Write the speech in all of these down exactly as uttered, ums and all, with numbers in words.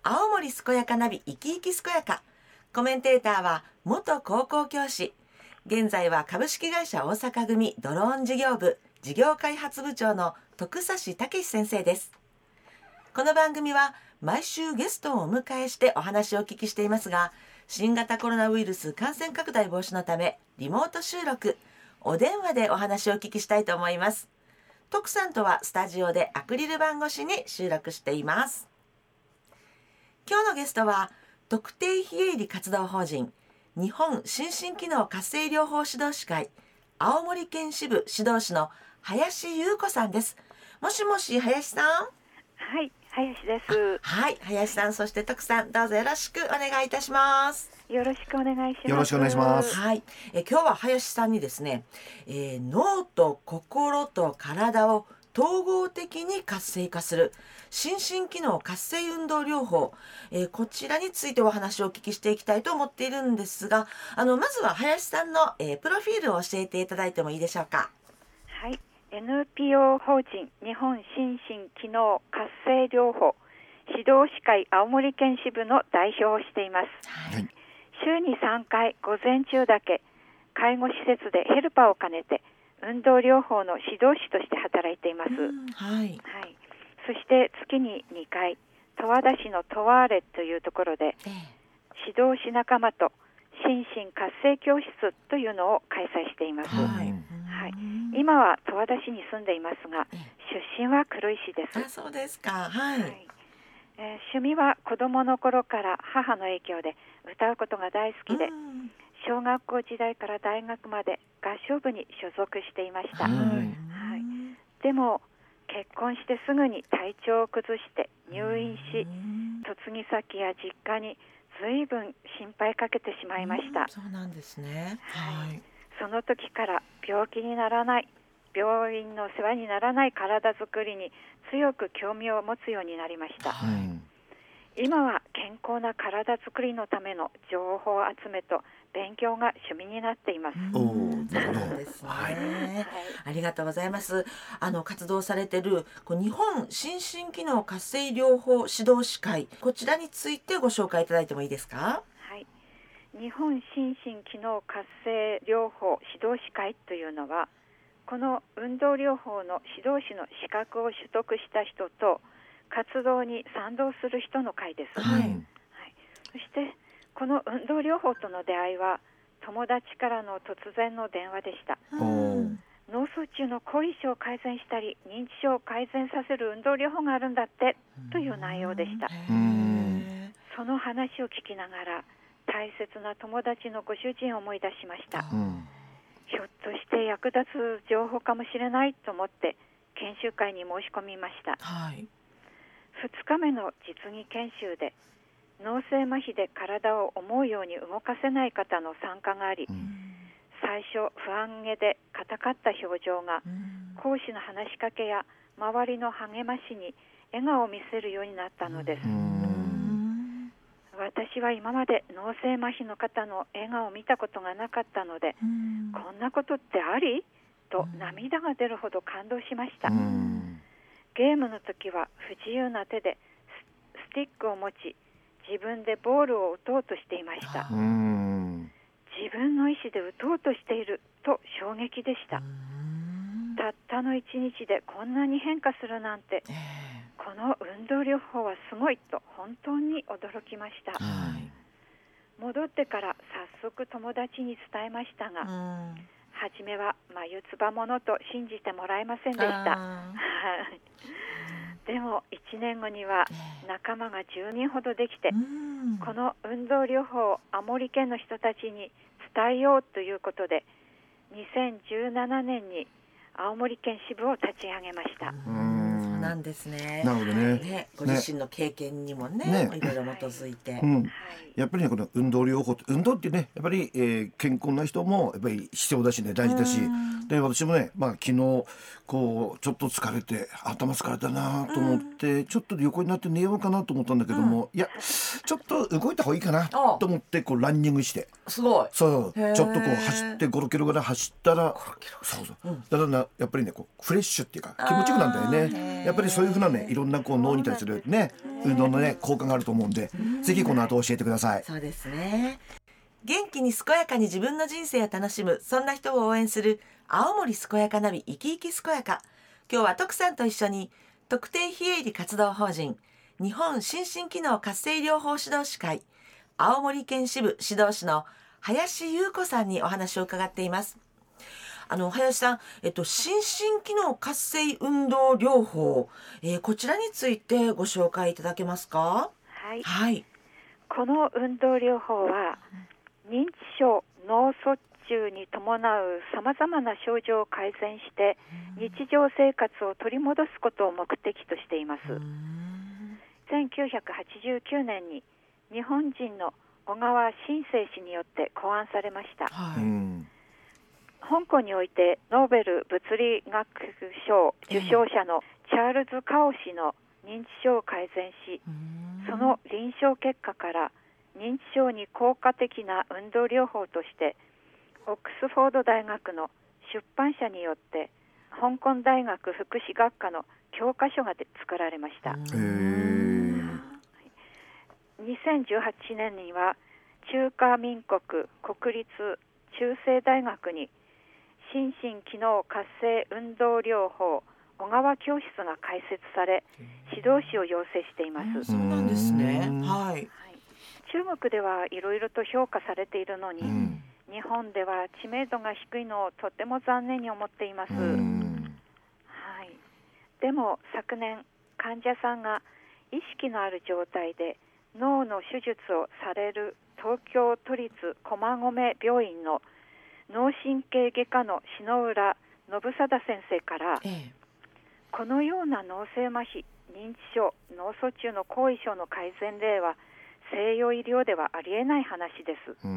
青森健やかナビ生き生き健やか。コメンテーターは元高校教師、現在は株式会社大阪組ドローン事業部事業開発部長の徳指武先生です。この番組は毎週ゲストをお迎えしてお話をお聞きしていますが、新型コロナウイルス感染拡大防止のためリモート収録、お電話でお話をお聞きしたいと思います。徳さんとはスタジオでアクリル板越しに収録しています。今日のゲストは特定非営利活動法人日本心身機能活性療法指導士会青森県支部指導士の林優子さんです。もしもし林さん。 はい、林です。 はい、林さん、そして徳さん、どうぞよろしくお願いいたします。 よろしくお願いします。 よろしくお願いします。 はい、え今日は林さんにですね、えー、脳と心と体を統合的に活性化する心身機能活性運動療法、えー、こちらについてお話をお聞きしていきたいと思っているんですが、あのまずは林さんの、えー、プロフィールを教えていただいてもいいでしょうか。 はい、エヌピーオー 法人日本心身機能活性療法指導士会青森県支部の代表をしています。 はい、 週にさんかい午前中だけ介護施設でヘルパーを兼ねて運動療法の指導士として働いています。 はい、 はい、そして月ににかい十和田市のトワーレというところで、えー、指導士仲間と心身活性教室というのを開催しています。はいはい、今は十和田市に住んでいますが、えー、出身は黒石です。 あ、そうですか。はい、 はいえー、趣味は子どもの頃から母の影響で歌うことが大好きで、小学校時代から大学まで合唱部に所属していました。はいはい、でも結婚してすぐに体調を崩して入院し、嫁ぎ先や実家に随分心配かけてしまいました。 そうなんですね。 はい、その時から病気にならない、病院の世話にならない体づくりに強く興味を持つようになりました。はい、今は健康な体づくりのための情報集めと勉強が趣味になっています。 おー、そうですね。はい、ありがとうございます。あの活動されているこう日本心身機能活性療法指導士会、こちらについてご紹介いただいてもいいですか。 はい、日本心身機能活性療法指導士会というのは、この運動療法の指導士の資格を取得した人と活動に賛同する人の会です。はいはい、そしてこの運動療法との出会いは友達からの突然の電話でした。脳卒中の後遺症を改善したり認知症を改善させる運動療法があるんだってという内容でした。その話を聞きながら大切な友達のご主人を思い出しました。ひょっとして役立つ情報かもしれないと思って研修会に申し込みました。はい、ふつかめの実技研修で脳性麻痺で体を思うように動かせない方の参加があり、うん、最初不安げで硬かった表情が、うん、講師の話しかけや周りの励ましに笑顔を見せるようになったのです。うん、私は今まで脳性麻痺の方の笑顔を見たことがなかったので、うん、こんなことってあり？と涙が出るほど感動しました。うん、ゲームの時は不自由な手でスティックを持ち自分でボールを打とうとしていました。うーん、自分の意思で打とうとしていると衝撃でした。たったの一日でこんなに変化するなんて、えー、この運動療法はすごいと本当に驚きました。はい、戻ってから早速友達に伝えましたが、初めは眉唾者と信じてもらえませんでした。でもいちねんごには仲間がじゅうにんほどできて、この運動療法を青森県の人たちに伝えようということでにせんじゅうななねんに青森県支部を立ち上げました。 うーん、そうなんですね。 なるほどね。 ね、ご自身の経験にも ね, ねいろいろ基づいて、はい、 うん、やっぱりね、この運動療法、運動ってね、やっぱり、えー、健康な人もやっぱり必要だしね、大事だし、で私もね、まあ、昨日こうちょっと疲れて頭疲れたなと思って、ちょっと横になって寝ようかなと思ったんだけども、いやちょっと動いた方がいいかなと思ってこうランニングして、 すごい、 そうちょっとこう走ってごキロぐらい走ったら、そうそう、だからなやっぱりねこうフレッシュっていうか気持ちよくなんだよね。やっっぱりそういうふうなねいろんなこう脳に対するね運動のね効果があると思うんで、ぜひこの後教えてください。 そうですね。元気に健やかに自分の人生を楽しむ、そんな人を応援する青森健やかナビ生き生き健やか。今日は徳さんと一緒に特定非営利活動法人日本心身機能活性療法指導士会青森県支部指導士の林優子さんにお話を伺っています。あの林さん、えっと、心身機能活性運動療法、えー、こちらについてご紹介いただけますか？ はい、 はい、 この運動療法は認知症、脳卒中に伴うさまざまな症状を改善して日常生活を取り戻すことを目的としています。せんきゅうひゃくはちじゅうきゅうねんに日本人の小川真生氏によって考案されました。 はい、 うん香港においてノーベル物理学賞受賞者のチャールズ・カオ氏の認知症を改善し、その臨床結果から認知症に効果的な運動療法としてオックスフォード大学の出版社によって香港大学福祉学科の教科書が作られました。 へーにせんじゅうはちねんには中華民国国立中世大学に心身機能活性運動療法小川教室が開設され指導士を養成しています。 そうなんですね。はい、 中国ではいろいろと評価されているのに、 うん、 日本では知名度が低いのをとても残念に思っています。 うん、 はい、でも昨年患者さんが意識のある状態で脳の手術をされる東京都立駒込病院の脳神経外科の篠浦信貞先生から、 ええ、 このような脳性麻痺、認知症、脳卒中の後遺症の改善例は西洋医療ではありえない話です。 うん、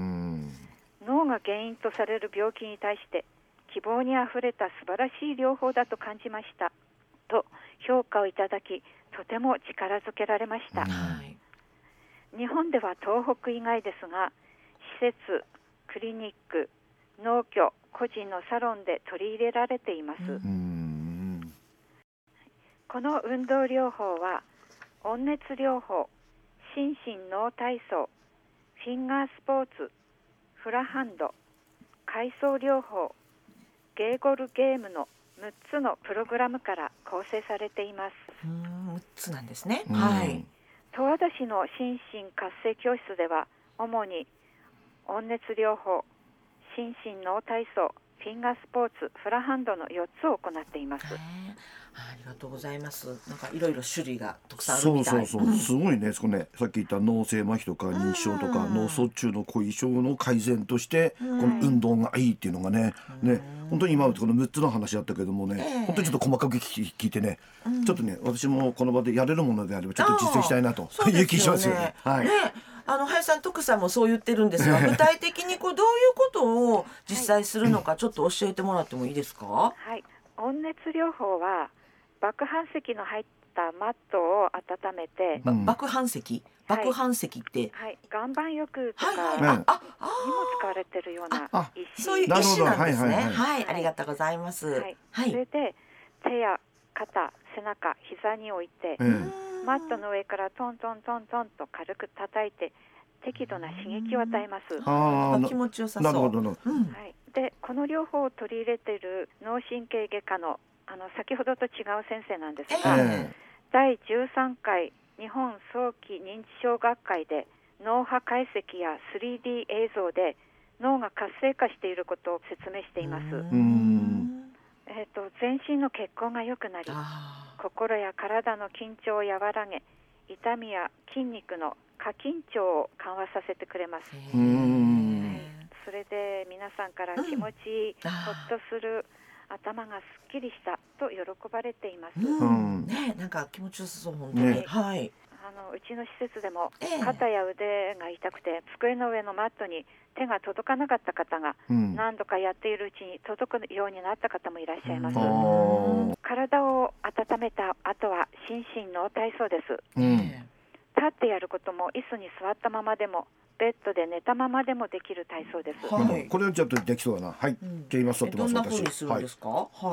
脳が原因とされる病気に対して希望にあふれた素晴らしい療法だと感じましたと評価をいただき、とても力づけられました。 うんはい、 日本では東北以外ですが、施設、クリニック、農居、個人のサロンで取り入れられています。 うんうんこの運動療法は温熱療法、心身脳体操、フィンガースポーツ、フラハンド、海藻療法、ゲーゴルゲームのむっつのプログラムから構成されています。 うーん、むっつなんですね。 うんはい、 十和田市の心身活性教室では主に温熱療法、心身脳体操、フィンガースポーツ、フラハンドのよっつを行っています。 えー、ありがとうございます。なんかいろいろ種類がたくさんあるそうみたい。 そうそう、すごいね。そこね、さっき言った脳性麻痺とか認知症とかうん脳卒中の後遺症の改善としてこうんの運動がいいっていうのがね、 うんね、本当に今このむっつの話だったけどもね、 ええ本当にちょっと細かく聞き聞いてね、 うんちょっとね私もこの場でやれるものであればちょっと実践したいなとそういう気しますよね。はい。 ね、あの林さん、徳さんもそう言ってるんですが、具体的にこうどういうことを実際するのかちょっと教えてもらってもいいですか？ はい、温熱療法は爆反石の入ったマットを温めて、 うんば爆反石、爆反石って、 はい、岩盤浴とかはいはい、 にもはいああ使われているようなあ石、 そういうなるほど石なんですね。 はいはいはいはい、ありがとうございます。 はいはい、 それで手や肩、背中、膝に置いて、 ええマットの上からトントントントンと軽く叩いて適度な刺激を与えます。 あーあ気持ちよさそう。 なるほどな。 うん、 はい、でこの療法を取り入れている脳神経外科のあの先ほどと違う先生なんですが、 ええだいじゅうさんかい日本早期認知症学会で脳波解析や スリーディー 映像で脳が活性化していることを説明しています。 うーんえー、と全身の血行が良くなり、 あ心や体の緊張を和らげ、痛みや筋肉の過緊張を緩和させてくれます。 ーうーんそれで皆さんから気持ちいい、 うんほっとする、頭がすっきりしたと喜ばれています。 うんうんね、なんか気持ちよさそう本当に、 ねはい、 あのうちの施設でもええ肩や腕が痛くて机の上のマットに手が届かなかった方がうん何度かやっているうちに届くようになった方もいらっしゃいます。 あー体を温めた後は心身脳体操です。 うんえ立ってやることも椅子に座ったままでもベッドで寝たままでもできる体操です。 はいなんかこれはちょっとできそうだな。はい。 うんじゃあ今座ってますえどんな風私。はいにするんですか？はい、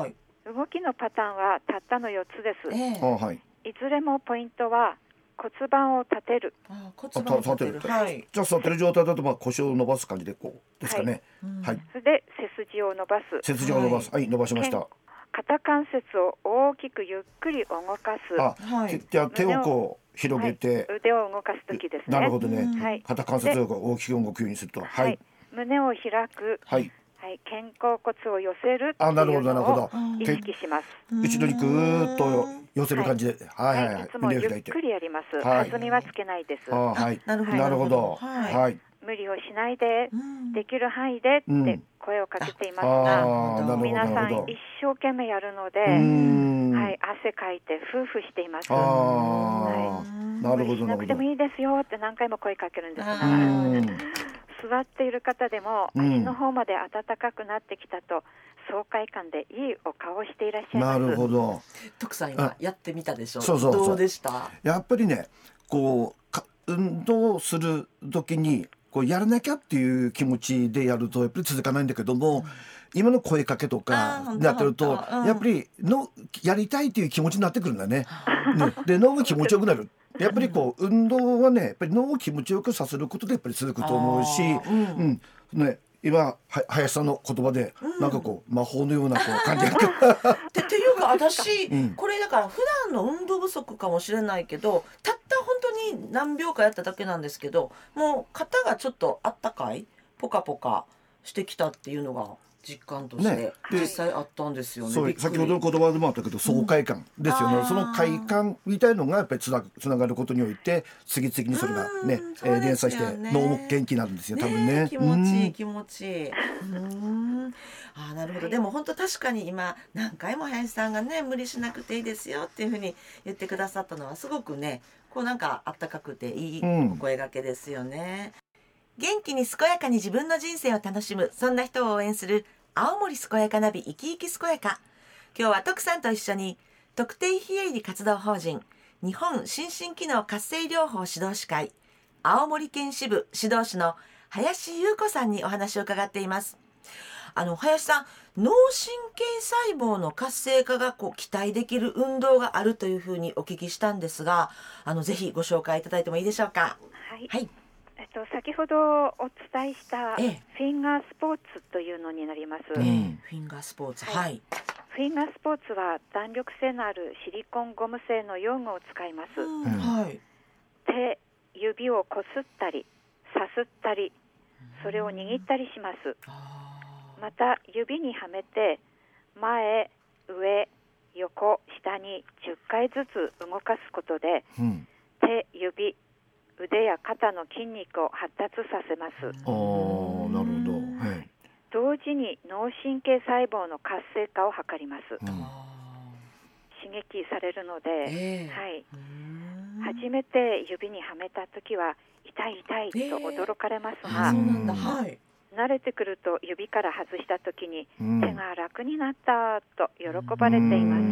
動きのパターンはたったのよっつです。 ええあはい。 いずれもポイントは骨盤を立てる。 あ骨盤を立てる。 あはい。 じゃあ座ってる状態だとまあ腰を伸ばす感じでこうですかね。はい。 それで背筋を伸ばす。 背筋を伸ばす。はい、伸ばしました。 肩関節を大きくゆっくり動かす。 あ、 はい。 じゃあ手をこう広げて、 はい、腕を動かすときですね。 なるほどね。 はい、 肩関節を大きく動くようにすると。はい。 はい、胸を開く。 はい。 はい、肩甲骨を寄せるってあ、なるほどいうのをなるほど。 意識します。 後ろにぐーっと寄せる感じで、はいはいはい。 いつもゆっくりやります。 はい、 弾みはつけないです。 あ、はい。 なるほど。 なるほど。はい。 無理をしないで、できる範囲でって声をかけていますが、皆さん一生懸命やるので、はい、汗かいて夫婦しています。 あ、 はい、 なるほど。 無理しなくてもいいですよって何回も声かけるんですが、座っている方でも足の方まで暖かくなってきたと爽快感でいいお顔をしていらっしゃいます。 なるほど。 徳さん今やってみたでしょ。 そうそうそう。 どうでした？ やっぱりね、こう運動する時にこうやらなきゃっていう気持ちでやるとやっぱり続かないんだけども、うん、今の声かけとかなってると、うん、やっぱりのやりたいっていう気持ちになってくるんだね。ねで脳が気持ちよくなる。やっぱりこう運動はね、やっぱり脳を気持ちよくさせることでやっぱり続くと思うし、うんうんね、今は林さんの言葉で、うん、なんかこう魔法のようなこう感じがってっていうか私、うん、これだから普段の運動不足かもしれないけど、たった本当に何秒かやっただけなんですけど、もう肩がちょっとあったかいポカポカしてきたっていうのが実感として実際あったんですよね。 そう先ほどの言葉でもあったけど爽快感ですよね、うん、その快感みたいのがやっぱりつな、つながることにおいて次々にそれがね、うん、えー、連鎖して脳も元気になるんですよ多分ね。 気持ちいい気持ちいい。うんあなるほど。でも本当確かに今何回も林さんがね無理しなくていいですよっていうふうに言ってくださったのはすごくねこうなんかあったかくていいお声掛けですよね、うん、元気に健やかに自分の人生を楽しむそんな人を応援する青森健やかナビ生き生き健やか。今日は徳さんと一緒に特定非営利活動法人日本心身機能活性療法指導士会青森県支部指導士の林優子さんにお話を伺っています。あの林さん、脳神経細胞の活性化がこう期待できる運動があるというふうにお聞きしたんですが、あのぜひご紹介いただいてもいいでしょうか。 はい、 はいえっと、先ほどお伝えしたフィンガースポーツというのになります、 ええ、フィンガースポーツ、はいはい、 フィンガースポーツは弾力性のあるシリコンゴム製の用具を使います、 うんはい、 手指をこすったりさすったりそれを握ったりします、うん、また指にはめて前上横下にじゅっかいずつ動かすことで、うん、手指腕や肩の筋肉を発達させます。 ああ、なるほど、はい、 同時に脳神経細胞の活性化を図ります、うん、刺激されるので、えーはい、初めて指にはめた時は痛い痛いと驚かれますが、えーはい、慣れてくると指から外した時に、うん、手が楽になったと喜ばれています。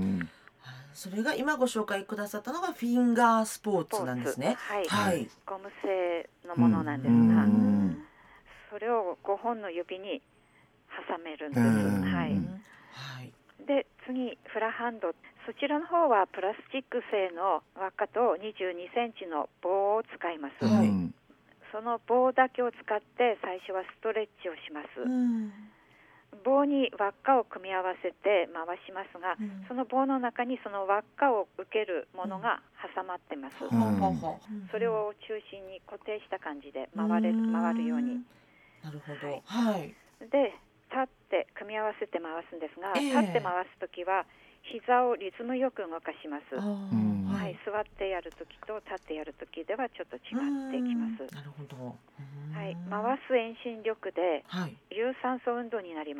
それが今ご紹介くださったのがフィンガースポーツなんですね。 はい、はい、ゴム製のものなんですが、うん、それをごほんの指に挟めるんです。はい。はい、で次フラハンド、そちらの方はプラスチック製の輪っかとにじゅうにセンチの棒を使います。はい、その棒だけを使って最初はストレッチをします。うん棒に輪っかを組み合わせて回しますが、うん、その棒の中にその輪っかを受けるものが挟まってます、うん、それを中心に固定した感じで回れる、回るように。 なるほど、はい、 で立って組み合わせて回すんですが、えー、立って回すときは膝をリズムよく動かします、はい、座ってやるときと立ってやるときではちょっと違ってきます。 なるほど、 はい、回す遠心力で有酸素運動になります。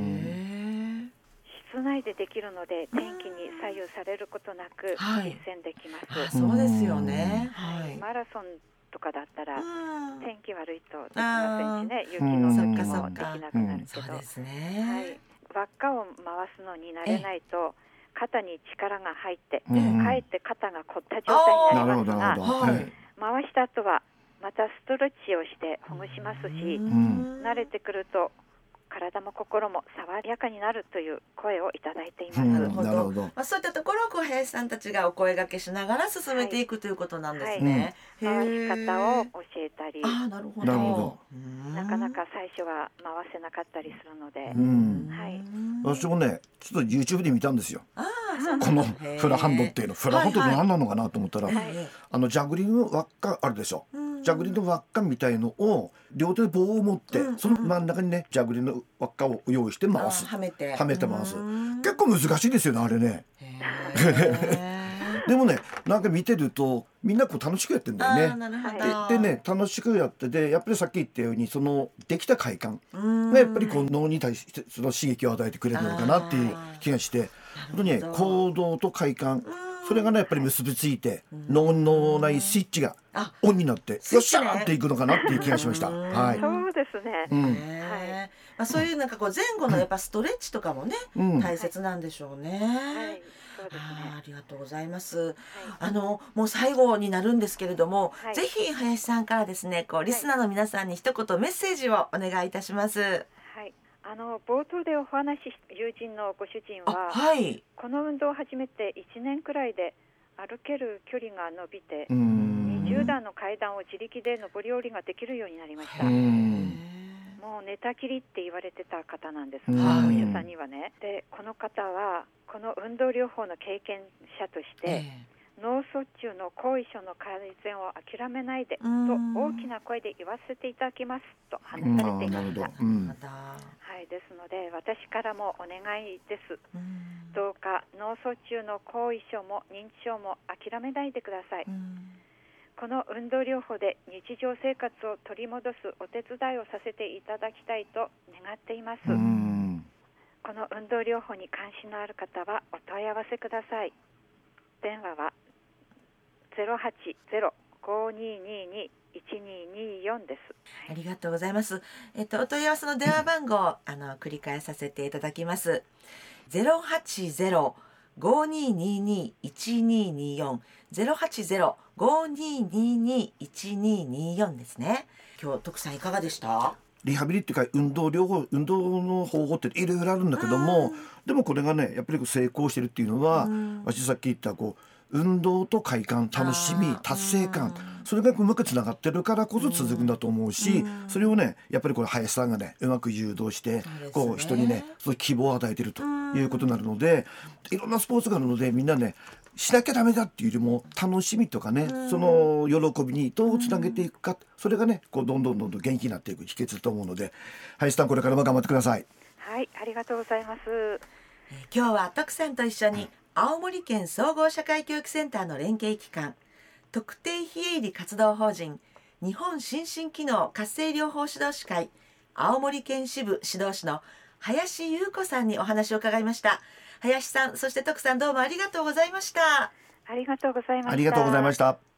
室内でできるので天気に左右されることなく実践できます、 はい、そうですよね、はい、 マラソンとかだったら天気悪いとできませんしね、雪の時もできなくなるけど、 そうですね、 はい、輪っかを回すのに慣れないと肩に力が入って、かえって肩が凝った状態になりますが、はい、回した後はまたストレッチをしてほぐしますし、慣れてくると体も心も爽やかになるという声をいただいています。 うんなるほど。 なるほどまあ、そういったところをこう林さんたちがお声掛けしながら進めていく、はい、ということなんですね。 はい、回し方を教えたり、 あ、なるほど。 なるほど。 なかなか最初は回せなかったりするので、 うん、 はい、 私もねちょっと YouTube で見たんですよ。 あこのフラハンドっていうのフラハンドって何なのかなと思ったら、はいはい、あのジャグリング輪っかあるでしょ、うん、ジャグリンの輪っかみたいのを両手で棒を持って、うん、その真ん中にねジャグリンの輪っかを用意して回す、 はめてはめて回す。結構難しいですよねあれね。でもねなんか見てるとみんなこう楽しくやってんだよね。で, でね楽しくやっててやっぱりさっき言ったようにそのできた快感がやっぱりこう脳に対してその刺激を与えてくれるのかなっていう気がして、本当にね行動と快感それがねやっぱり結びついて脳のないスイッチがオンになってよっしゃーっていくのかなっていう気がしました。はい、 そうですね。 うん、はい、まあ、そういうなんかこう前後のやっぱストレッチとかもね、うん、大切なんでしょうね。はいそうですね、 あ, ありがとうございます、はい、あのもう最後になるんですけれども、はい、ぜひ林さんからですねこうリスナーの皆さんに一言メッセージをお願いいたします。 はい、あの冒頭でお話しした友人のご主人は、 はい、 この運動を始めていちねんくらいで歩ける距離が伸びてにじゅうだんの階段を自力で上り下りができるようになりました。もう寝たきりって言われてた方なんですが、お医者さんにはね。でこの方はこの運動療法の経験者として、えー、脳卒中の後遺症の改善を諦めないでと大きな声で言わせていただきますと話されていました。うん、はい、ですので私からもお願いです。どうか脳卒中の後遺症も認知症も諦めないでください。この運動療法で日常生活を取り戻すお手伝いをさせていただきたいと願っています。この運動療法に関心のある方はお問い合わせください。電話は ゼロはちゼロ ごにーにーにーいちにーにーよん です。 ありがとうございます。えっとお問い合わせの電話番号をあの繰り返させていただきます。ゼロはちゼロ ごにーにーにーいちにーにーよん ゼロはちゼロ ごにーにーにーいちにーにーよんですね。今日徳さんいかがでした？ リハビリっていうか運動療法運動の方法っていろいろあるんだけども、でもこれがねやっぱり成功してるっていうのは、私さっき言ったこう運動と快感楽しみ達成感それがうまくつながってるからこそ続くんだと思うし、それをねやっぱりこれ林さんがねうまく誘導してこう人にねその希望を与えているということになるので、いろんなスポーツがあるのでみんなねしなきゃダメだっていうよりも楽しみとかね、その喜びにどうつなげていくか、それがねこうどんどんどんどん元気になっていく秘訣だと思うので、林さんこれからも頑張ってください。 はい、ありがとうございます。えー、今日は徳さんと一緒に青森県総合社会教育センターの連携機関特定非営利活動法人日本心身機能活性療法指導士会青森県支部指導士の林優子さんにお話を伺いました。林さんそして徳さんどうもありがとうございました。 ありがとうございました。 ありがとうございました。